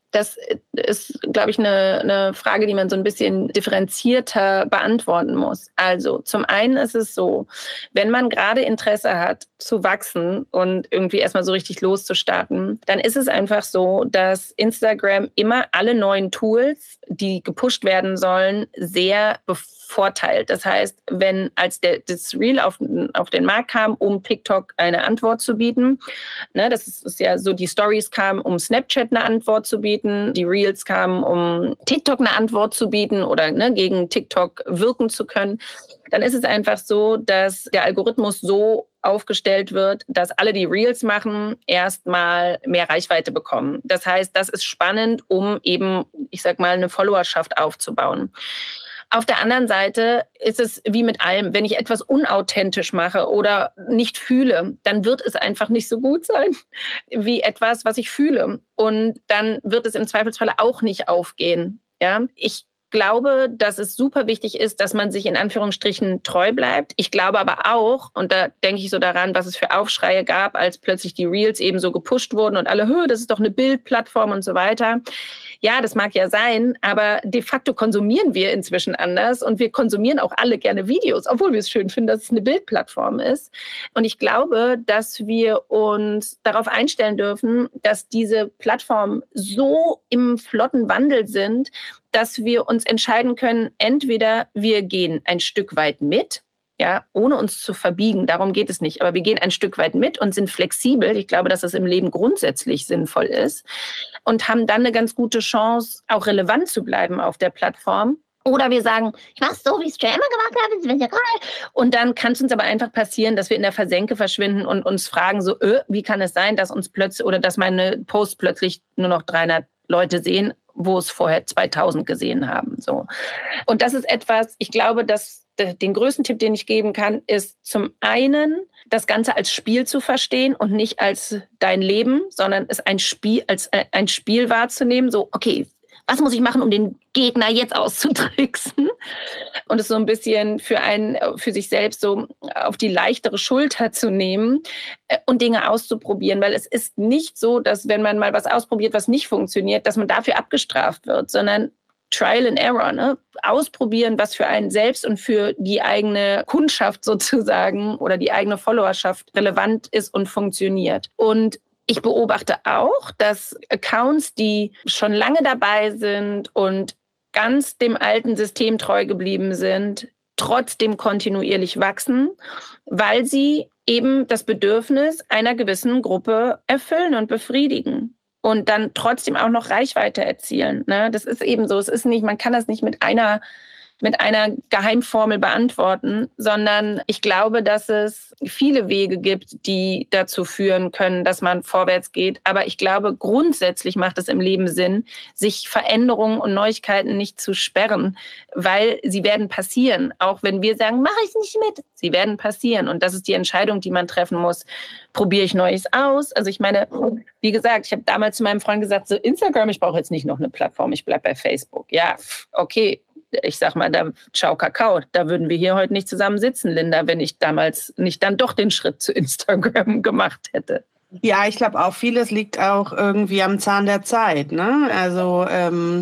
Speaker 1: Das ist, glaube ich, eine, eine Frage, die man so ein bisschen differenzierter beantworten muss. Also zum einen ist es so, wenn man gerade Interesse hat zu wachsen und irgendwie erstmal so richtig loszustarten, dann ist es einfach so, dass Instagram immer alle neuen Tools, die gepusht werden sollen, sehr bevorteilt. Das heißt, wenn als der, das Reel auf, auf den Markt kam, um TikTok eine Antwort zu bieten, ne, das ist, ist ja so, die Stories kamen, um Snapchat eine Antwort zu bieten, die Reels kamen, um TikTok eine Antwort zu bieten oder ne, gegen TikTok wirken zu können, dann ist es einfach so, dass der Algorithmus so aufgestellt wird, dass alle, die Reels machen, erstmal mehr Reichweite bekommen. Das heißt, das ist spannend, um eben, ich sag mal, eine Followerschaft aufzubauen. Auf der anderen Seite ist es wie mit allem, wenn ich etwas unauthentisch mache oder nicht fühle, dann wird es einfach nicht so gut sein wie etwas, was ich fühle. Und dann wird es im Zweifelsfalle auch nicht aufgehen. Ja, ich glaube, dass es super wichtig ist, dass man sich in Anführungsstrichen treu bleibt. Ich glaube aber auch, und da denke ich so daran, was es für Aufschreie gab, als plötzlich die Reels eben so gepusht wurden und alle, hö, das ist doch eine Bildplattform und so weiter. Ja, das mag ja sein, aber de facto konsumieren wir inzwischen anders und wir konsumieren auch alle gerne Videos, obwohl wir es schön finden, dass es eine Bildplattform ist. Und ich glaube, dass wir uns darauf einstellen dürfen, dass diese Plattformen so im flotten Wandel sind, dass wir uns entscheiden können, entweder wir gehen ein Stück weit mit, ja, ohne uns zu verbiegen, darum geht es nicht, aber wir gehen ein Stück weit mit und sind flexibel. Ich glaube, dass das im Leben grundsätzlich sinnvoll ist und haben dann eine ganz gute Chance, auch relevant zu bleiben auf der Plattform. Oder wir sagen, ich mache es so, wie ich es schon immer gemacht habe, das ist ja geil. Und dann kann es uns aber einfach passieren, dass wir in der Versenke verschwinden und uns fragen so, öh, wie kann es sein, dass uns plötzlich oder dass meine Posts plötzlich nur noch dreihundert Leute sehen, wo es vorher zweitausend gesehen haben. So. Und das ist etwas, ich glaube, dass den größten Tipp, den ich geben kann, ist zum einen, das Ganze als Spiel zu verstehen und nicht als dein Leben, sondern es ein Spiel, als ein Spiel wahrzunehmen. So, okay, was muss ich machen, um den Gegner jetzt auszutricksen? Und es so ein bisschen für einen, für sich selbst so auf die leichtere Schulter zu nehmen und Dinge auszuprobieren. Weil es ist nicht so, dass wenn man mal was ausprobiert, was nicht funktioniert, dass man dafür abgestraft wird, sondern Trial and Error, ne? Ausprobieren, was für einen selbst und für die eigene Kundschaft sozusagen oder die eigene Followerschaft relevant ist und funktioniert. Und ich beobachte auch, dass Accounts, die schon lange dabei sind und ganz dem alten System treu geblieben sind, trotzdem kontinuierlich wachsen, weil sie eben das Bedürfnis einer gewissen Gruppe erfüllen und befriedigen. Und dann trotzdem auch noch Reichweite erzielen. Ne? Das ist eben so. Es ist nicht, man kann das nicht mit einer, mit einer Geheimformel beantworten, sondern ich glaube, dass es viele Wege gibt, die dazu führen können, dass man vorwärts geht. Aber ich glaube, grundsätzlich macht es im Leben Sinn, sich Veränderungen und Neuigkeiten nicht zu sperren, weil sie werden passieren. Auch wenn wir sagen, mache ich nicht mit, sie werden passieren. Und das ist die Entscheidung, die man treffen muss. Probiere ich Neues aus? Also ich meine, wie gesagt, ich habe damals zu meinem Freund gesagt, so Instagram, ich brauche jetzt nicht noch eine Plattform, ich bleibe bei Facebook. Ja, okay. Ich sag mal, da, ciao Kakao, da würden wir hier heute nicht zusammen sitzen, Linda, wenn ich damals nicht dann doch den Schritt zu Instagram gemacht hätte.
Speaker 3: Ja, ich glaube auch, vieles liegt auch irgendwie am Zahn der Zeit, ne? Also ähm,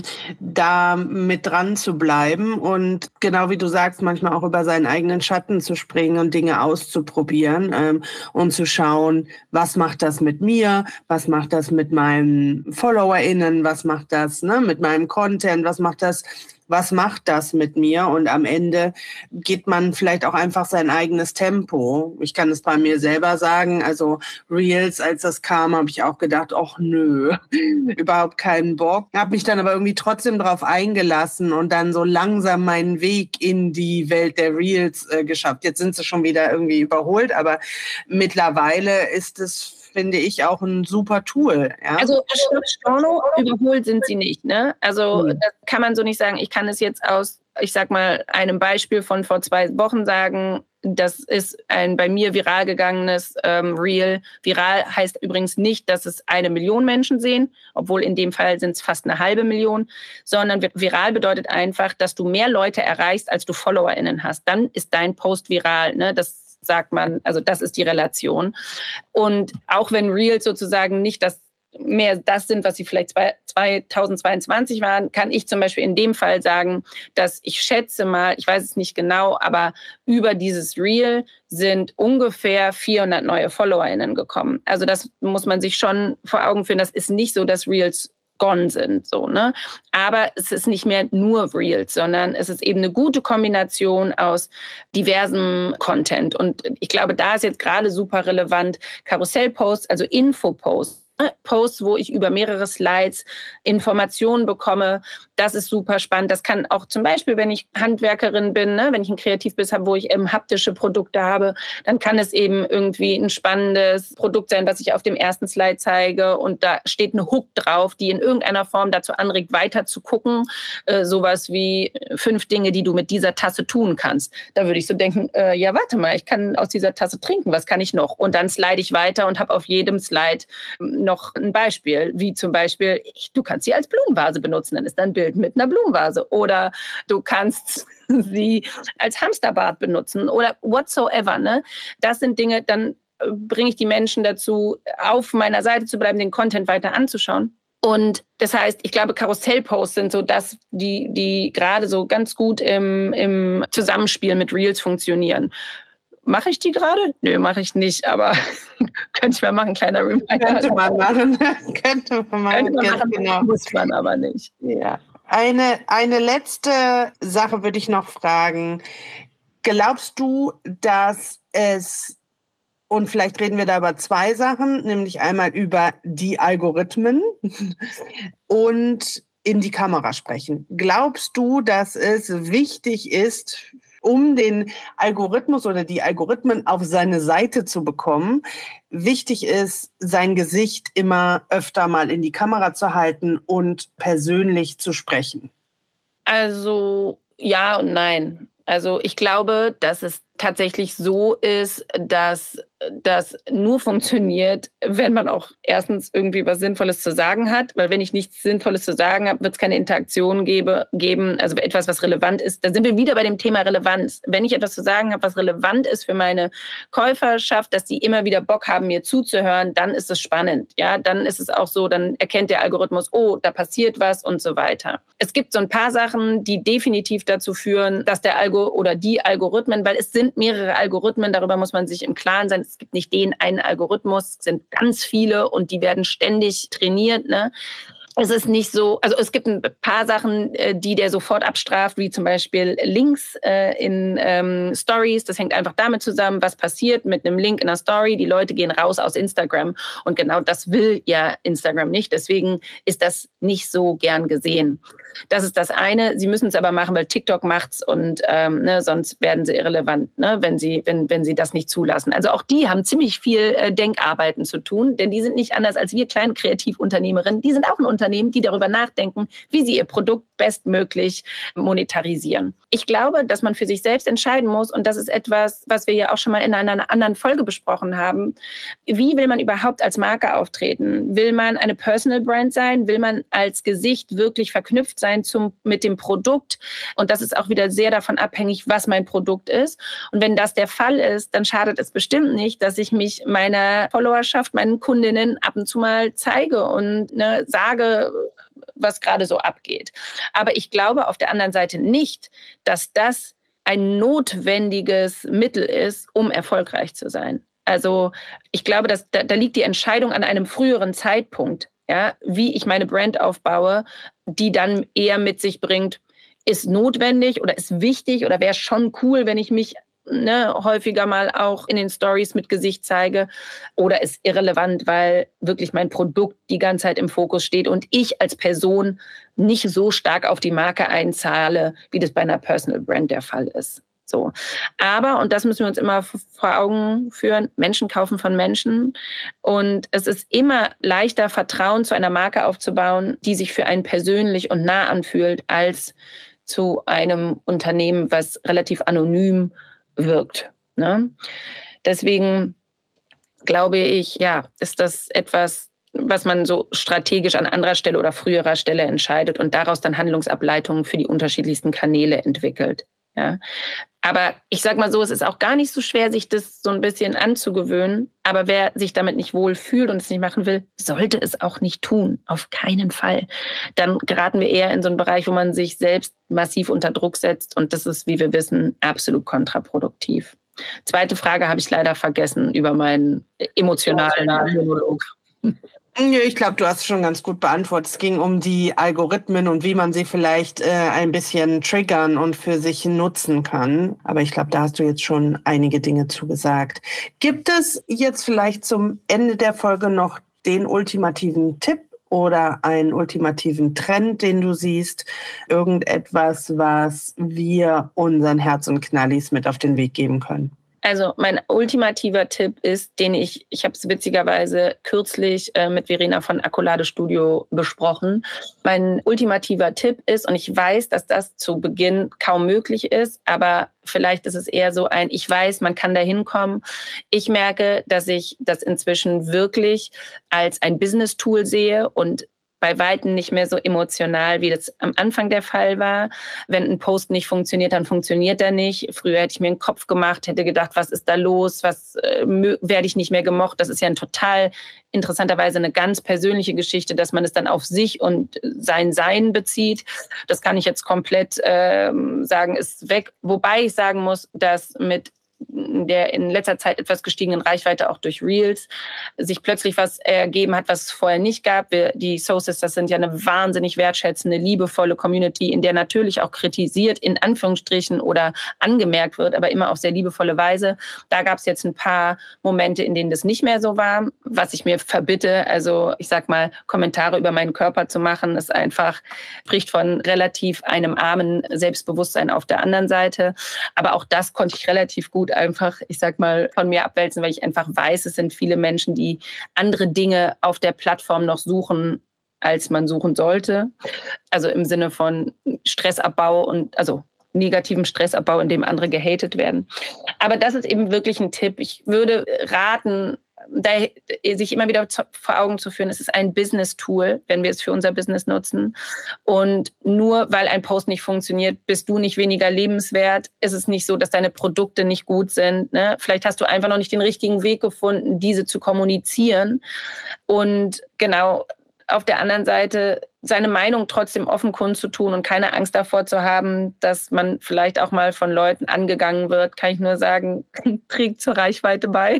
Speaker 3: da mit dran zu bleiben und genau wie du sagst, manchmal auch über seinen eigenen Schatten zu springen und Dinge auszuprobieren ähm, und zu schauen, was macht das mit mir, was macht das mit meinen FollowerInnen, was macht das ne, mit meinem Content, was macht das was macht das mit mir? Und am Ende geht man vielleicht auch einfach sein eigenes Tempo. Ich kann es bei mir selber sagen, also Reels, als das kam, habe ich auch gedacht, ach nö, überhaupt keinen Bock. Habe mich dann aber irgendwie trotzdem drauf eingelassen und dann so langsam meinen Weg in die Welt der Reels äh, geschafft. Jetzt sind sie schon wieder irgendwie überholt, aber mittlerweile ist es, finde ich, auch ein super Tool. Ja?
Speaker 1: Also Storno, überholt sind sie nicht. Ne? Also mhm. das kann man so nicht sagen. Ich kann es jetzt aus, ich sag mal, einem Beispiel von vor zwei Wochen sagen. Das ist ein bei mir viral gegangenes ähm, Reel. Viral heißt übrigens nicht, dass es eine Million Menschen sehen, obwohl in dem Fall sind es fast eine halbe Million, sondern viral bedeutet einfach, dass du mehr Leute erreichst, als du FollowerInnen hast. Dann ist dein Post viral. Ne? Das sagt man, also das ist die Relation. Und auch wenn Reels sozusagen nicht das mehr das sind, was sie vielleicht zweitausendzweiundzwanzig waren, kann ich zum Beispiel in dem Fall sagen, dass ich schätze mal, ich weiß es nicht genau, aber über dieses Reel sind ungefähr vierhundert neue FollowerInnen gekommen. Also das muss man sich schon vor Augen führen. Das ist nicht so, dass Reels gone sind, so, ne? Aber es ist nicht mehr nur Reels, sondern es ist eben eine gute Kombination aus diversem Content. Und ich glaube, da ist jetzt gerade super relevant Karussellposts, also Infoposts. Posts, wo ich über mehrere Slides Informationen bekomme. Das ist super spannend. Das kann auch zum Beispiel, wenn ich Handwerkerin bin, ne, wenn ich ein Kreativbiss habe, wo ich eben haptische Produkte habe, dann kann es eben irgendwie ein spannendes Produkt sein, was ich auf dem ersten Slide zeige und da steht eine Hook drauf, die in irgendeiner Form dazu anregt, weiter zu gucken. Äh, sowas wie fünf Dinge, die du mit dieser Tasse tun kannst. Da würde ich so denken, äh, ja, warte mal, ich kann aus dieser Tasse trinken, was kann ich noch? Und dann slide ich weiter und habe auf jedem Slide noch ein Beispiel, wie zum Beispiel, du kannst sie als Blumenvase benutzen, dann ist da ein Bild mit einer Blumenvase. Oder du kannst sie als Hamsterbad benutzen oder whatsoever. Ne? Das sind Dinge, dann bringe ich die Menschen dazu, auf meiner Seite zu bleiben, den Content weiter anzuschauen. Und das heißt, ich glaube, Karussellposts sind so das, die, die gerade so ganz gut im, im Zusammenspiel mit Reels funktionieren. Mache ich die gerade? Nö, mache ich nicht, aber könnte ich mal machen, kleiner Reminder.
Speaker 3: Könnte man machen. Könnte man machen,
Speaker 1: könnte man machen
Speaker 3: genau.
Speaker 1: Muss man aber nicht.
Speaker 3: Ja. Eine, eine letzte Sache würde ich noch fragen. Glaubst du, dass es, und vielleicht reden wir da über zwei Sachen, nämlich einmal über die Algorithmen und in die Kamera sprechen. Glaubst du, dass es wichtig ist, um den Algorithmus oder die Algorithmen auf seine Seite zu bekommen, wichtig ist, sein Gesicht immer öfter mal in die Kamera zu halten und persönlich zu sprechen?
Speaker 1: Also ja und nein. Also ich glaube, dass es tatsächlich so ist, dass das nur funktioniert, wenn man auch erstens irgendwie was Sinnvolles zu sagen hat, weil wenn ich nichts Sinnvolles zu sagen habe, wird es keine Interaktion gebe, geben, also etwas, was relevant ist. Da sind wir wieder bei dem Thema Relevanz. Wenn ich etwas zu sagen habe, was relevant ist für meine Käuferschaft, dass die immer wieder Bock haben, mir zuzuhören, dann ist es spannend. Ja, dann ist es auch so, dann erkennt der Algorithmus, oh, da passiert was und so weiter. Es gibt so ein paar Sachen, die definitiv dazu führen, dass der Algo oder die Algorithmen, weil es sind mehrere Algorithmen, darüber muss man sich im Klaren sein. Es gibt nicht den einen Algorithmus, es sind ganz viele und die werden ständig trainiert, ne? Es ist nicht so, also es gibt ein paar Sachen, die der sofort abstraft, wie zum Beispiel Links äh, in ähm, Stories. Das hängt einfach damit zusammen, was passiert mit einem Link in einer Story. Die Leute gehen raus aus Instagram und genau das will ja Instagram nicht. Deswegen ist das nicht so gern gesehen. Das ist das eine. Sie müssen es aber machen, weil TikTok macht's und ähm, ne, sonst werden sie irrelevant, ne, wenn sie wenn wenn sie das nicht zulassen. Also auch die haben ziemlich viel äh, Denkarbeiten zu tun, denn die sind nicht anders als wir kleinen Kreativunternehmerinnen. Die sind auch ein Unternehmen, die darüber nachdenken, wie sie ihr Produkt bestmöglich monetarisieren. Ich glaube, dass man für sich selbst entscheiden muss und das ist etwas, was wir ja auch schon mal in einer anderen Folge besprochen haben. Wie will man überhaupt als Marke auftreten? Will man eine Personal Brand sein? Will man als Gesicht wirklich verknüpft sein zum, mit dem Produkt? Und das ist auch wieder sehr davon abhängig, was mein Produkt ist. Und wenn das der Fall ist, dann schadet es bestimmt nicht, dass ich mich meiner Followerschaft, meinen Kundinnen ab und zu mal zeige und ne, sage, was gerade so abgeht. Aber ich glaube auf der anderen Seite nicht, dass das ein notwendiges Mittel ist, um erfolgreich zu sein. Also ich glaube, dass da, da liegt die Entscheidung an einem früheren Zeitpunkt, ja, wie ich meine Brand aufbaue, die dann eher mit sich bringt, ist notwendig oder ist wichtig oder wäre schon cool, wenn ich mich ne, häufiger mal auch in den Stories mit Gesicht zeige oder ist irrelevant, weil wirklich mein Produkt die ganze Zeit im Fokus steht und ich als Person nicht so stark auf die Marke einzahle, wie das bei einer Personal Brand der Fall ist. So. Aber, und das müssen wir uns immer vor Augen führen, Menschen kaufen von Menschen und es ist immer leichter, Vertrauen zu einer Marke aufzubauen, die sich für einen persönlich und nah anfühlt, als zu einem Unternehmen, was relativ anonym wirkt. Ne? Deswegen glaube ich, ja, ist das etwas, was man so strategisch an anderer Stelle oder früherer Stelle entscheidet und daraus dann Handlungsableitungen für die unterschiedlichsten Kanäle entwickelt. Ja. Aber ich sag mal so, es ist auch gar nicht so schwer, sich das so ein bisschen anzugewöhnen. Aber wer sich damit nicht wohl fühlt und es nicht machen will, sollte es auch nicht tun. Auf keinen Fall. Dann geraten wir eher in so einen Bereich, wo man sich selbst massiv unter Druck setzt. Und das ist, wie wir wissen, absolut kontraproduktiv. Zweite Frage habe ich leider vergessen über meinen emotionalen Monolog.
Speaker 3: Ich glaube, du hast schon ganz gut beantwortet. Es ging um die Algorithmen und wie man sie vielleicht äh, ein bisschen triggern und für sich nutzen kann. Aber ich glaube, da hast du jetzt schon einige Dinge zugesagt. Gibt es jetzt vielleicht zum Ende der Folge noch den ultimativen Tipp oder einen ultimativen Trend, den du siehst? Irgendetwas, was wir unseren Herz- und Knallis mit auf den Weg geben können?
Speaker 1: Also mein ultimativer Tipp ist, den ich, ich habe es witzigerweise kürzlich äh, mit Verena von Accolade Studio besprochen. Mein ultimativer Tipp ist, und ich weiß, dass das zu Beginn kaum möglich ist, aber vielleicht ist es eher so ein, ich weiß, man kann da hinkommen. Ich merke, dass ich das inzwischen wirklich als ein Business-Tool sehe und bei Weitem nicht mehr so emotional, wie das am Anfang der Fall war. Wenn ein Post nicht funktioniert, dann funktioniert er nicht. Früher hätte ich mir einen Kopf gemacht, hätte gedacht, was ist da los, was äh, werde ich nicht mehr gemocht. Das ist ja ein total interessanterweise eine ganz persönliche Geschichte, dass man es dann auf sich und sein Sein bezieht. Das kann ich jetzt komplett äh, sagen, ist weg. Wobei ich sagen muss, dass mit der in letzter Zeit etwas gestiegenen Reichweite auch durch Reels sich plötzlich was ergeben hat, was es vorher nicht gab. Wir, die Soul Sisters sind ja eine wahnsinnig wertschätzende, liebevolle Community, in der natürlich auch kritisiert, in Anführungsstrichen, oder angemerkt wird, aber immer auf sehr liebevolle Weise. Da gab es jetzt ein paar Momente, in denen das nicht mehr so war, was ich mir verbitte. Also ich sag mal, Kommentare über meinen Körper zu machen, ist einfach, spricht von relativ einem armen Selbstbewusstsein auf der anderen Seite. Aber auch das konnte ich relativ gut einfach, ich sag mal, von mir abwälzen, weil ich einfach weiß, es sind viele Menschen, die andere Dinge auf der Plattform noch suchen, als man suchen sollte. Also im Sinne von Stressabbau und, also negativen Stressabbau, in dem andere gehatet werden. Aber das ist eben wirklich ein Tipp. Ich würde raten, da sich immer wieder vor Augen zu führen, es ist ein Business-Tool, wenn wir es für unser Business nutzen. Und nur weil ein Post nicht funktioniert, bist du nicht weniger lebenswert. Es ist nicht so, dass deine Produkte nicht gut sind. Ne? Vielleicht hast du einfach noch nicht den richtigen Weg gefunden, diese zu kommunizieren. Und genau, auf der anderen Seite seine Meinung trotzdem offen kundzutun und keine Angst davor zu haben, dass man vielleicht auch mal von Leuten angegangen wird, kann ich nur sagen, trägt zur Reichweite bei.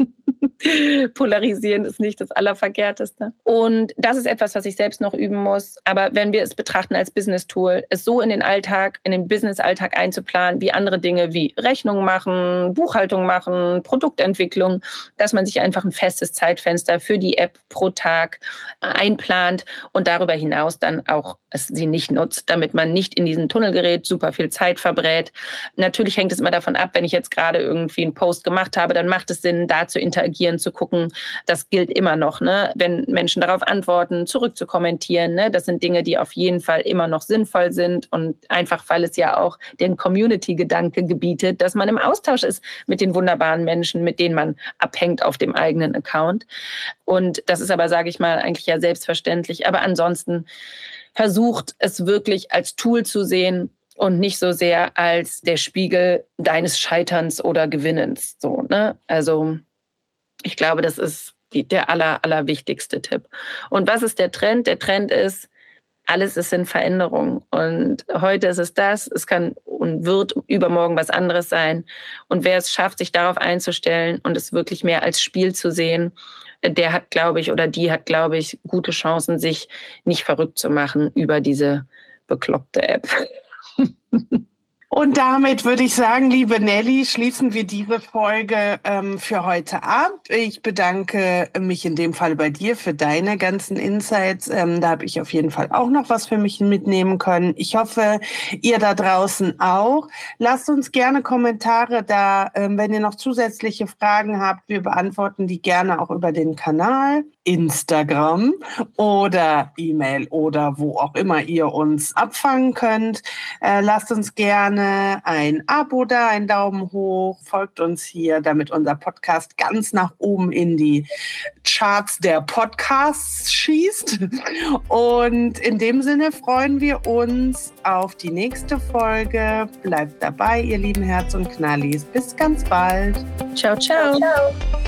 Speaker 1: Polarisieren ist nicht das Allerverkehrteste. Und das ist etwas, was ich selbst noch üben muss. Aber wenn wir es betrachten als Business-Tool, es so in den Alltag, in den Business-Alltag einzuplanen, wie andere Dinge wie Rechnung machen, Buchhaltung machen, Produktentwicklung, dass man sich einfach ein festes Zeitfenster für die App pro Tag einplant und darüber hinaus dann auch es sie nicht nutzt, damit man nicht in diesen Tunnel gerät, super viel Zeit verbrät. Natürlich hängt es immer davon ab, wenn ich jetzt gerade irgendwie einen Post gemacht habe, dann macht es Sinn, da zu interagieren, zu gucken. Das gilt immer noch, ne? Wenn Menschen darauf antworten, zurück zu kommentieren. Ne? Das sind Dinge, die auf jeden Fall immer noch sinnvoll sind und einfach, weil es ja auch den Community-Gedanke gebietet, dass man im Austausch ist mit den wunderbaren Menschen, mit denen man abhängt auf dem eigenen Account. Und das ist aber, sage ich mal, eigentlich ja selbstverständlich. Aber ansonsten versucht es wirklich als Tool zu sehen und nicht so sehr als der Spiegel deines Scheiterns oder Gewinnens. So, ne? Also ich glaube, das ist die, der aller, allerwichtigste Tipp. Und was ist der Trend? Der Trend ist, alles ist in Veränderung. Und heute ist es das, es kann und wird übermorgen was anderes sein. Und wer es schafft, sich darauf einzustellen und es wirklich mehr als Spiel zu sehen, der hat, glaube ich, oder die hat, glaube ich, gute Chancen, sich nicht verrückt zu machen über diese bekloppte App.
Speaker 3: Und damit würde ich sagen, liebe Nelly, schließen wir diese Folge ähm, für heute ab. Ich bedanke mich in dem Fall bei dir für deine ganzen Insights. Ähm, da habe ich auf jeden Fall auch noch was für mich mitnehmen können. Ich hoffe, ihr da draußen auch. Lasst uns gerne Kommentare da, ähm, wenn ihr noch zusätzliche Fragen habt. Wir beantworten die gerne auch über den Kanal, Instagram oder E-Mail oder wo auch immer ihr uns abfangen könnt. Äh, lasst uns gerne gerne ein Abo da, einen Daumen hoch, folgt uns hier, damit unser Podcast ganz nach oben in die Charts der Podcasts schießt. Und in dem Sinne freuen wir uns auf die nächste Folge. Bleibt dabei, ihr lieben Herz und Knallis. Bis ganz bald.
Speaker 1: Ciao, ciao. Ciao.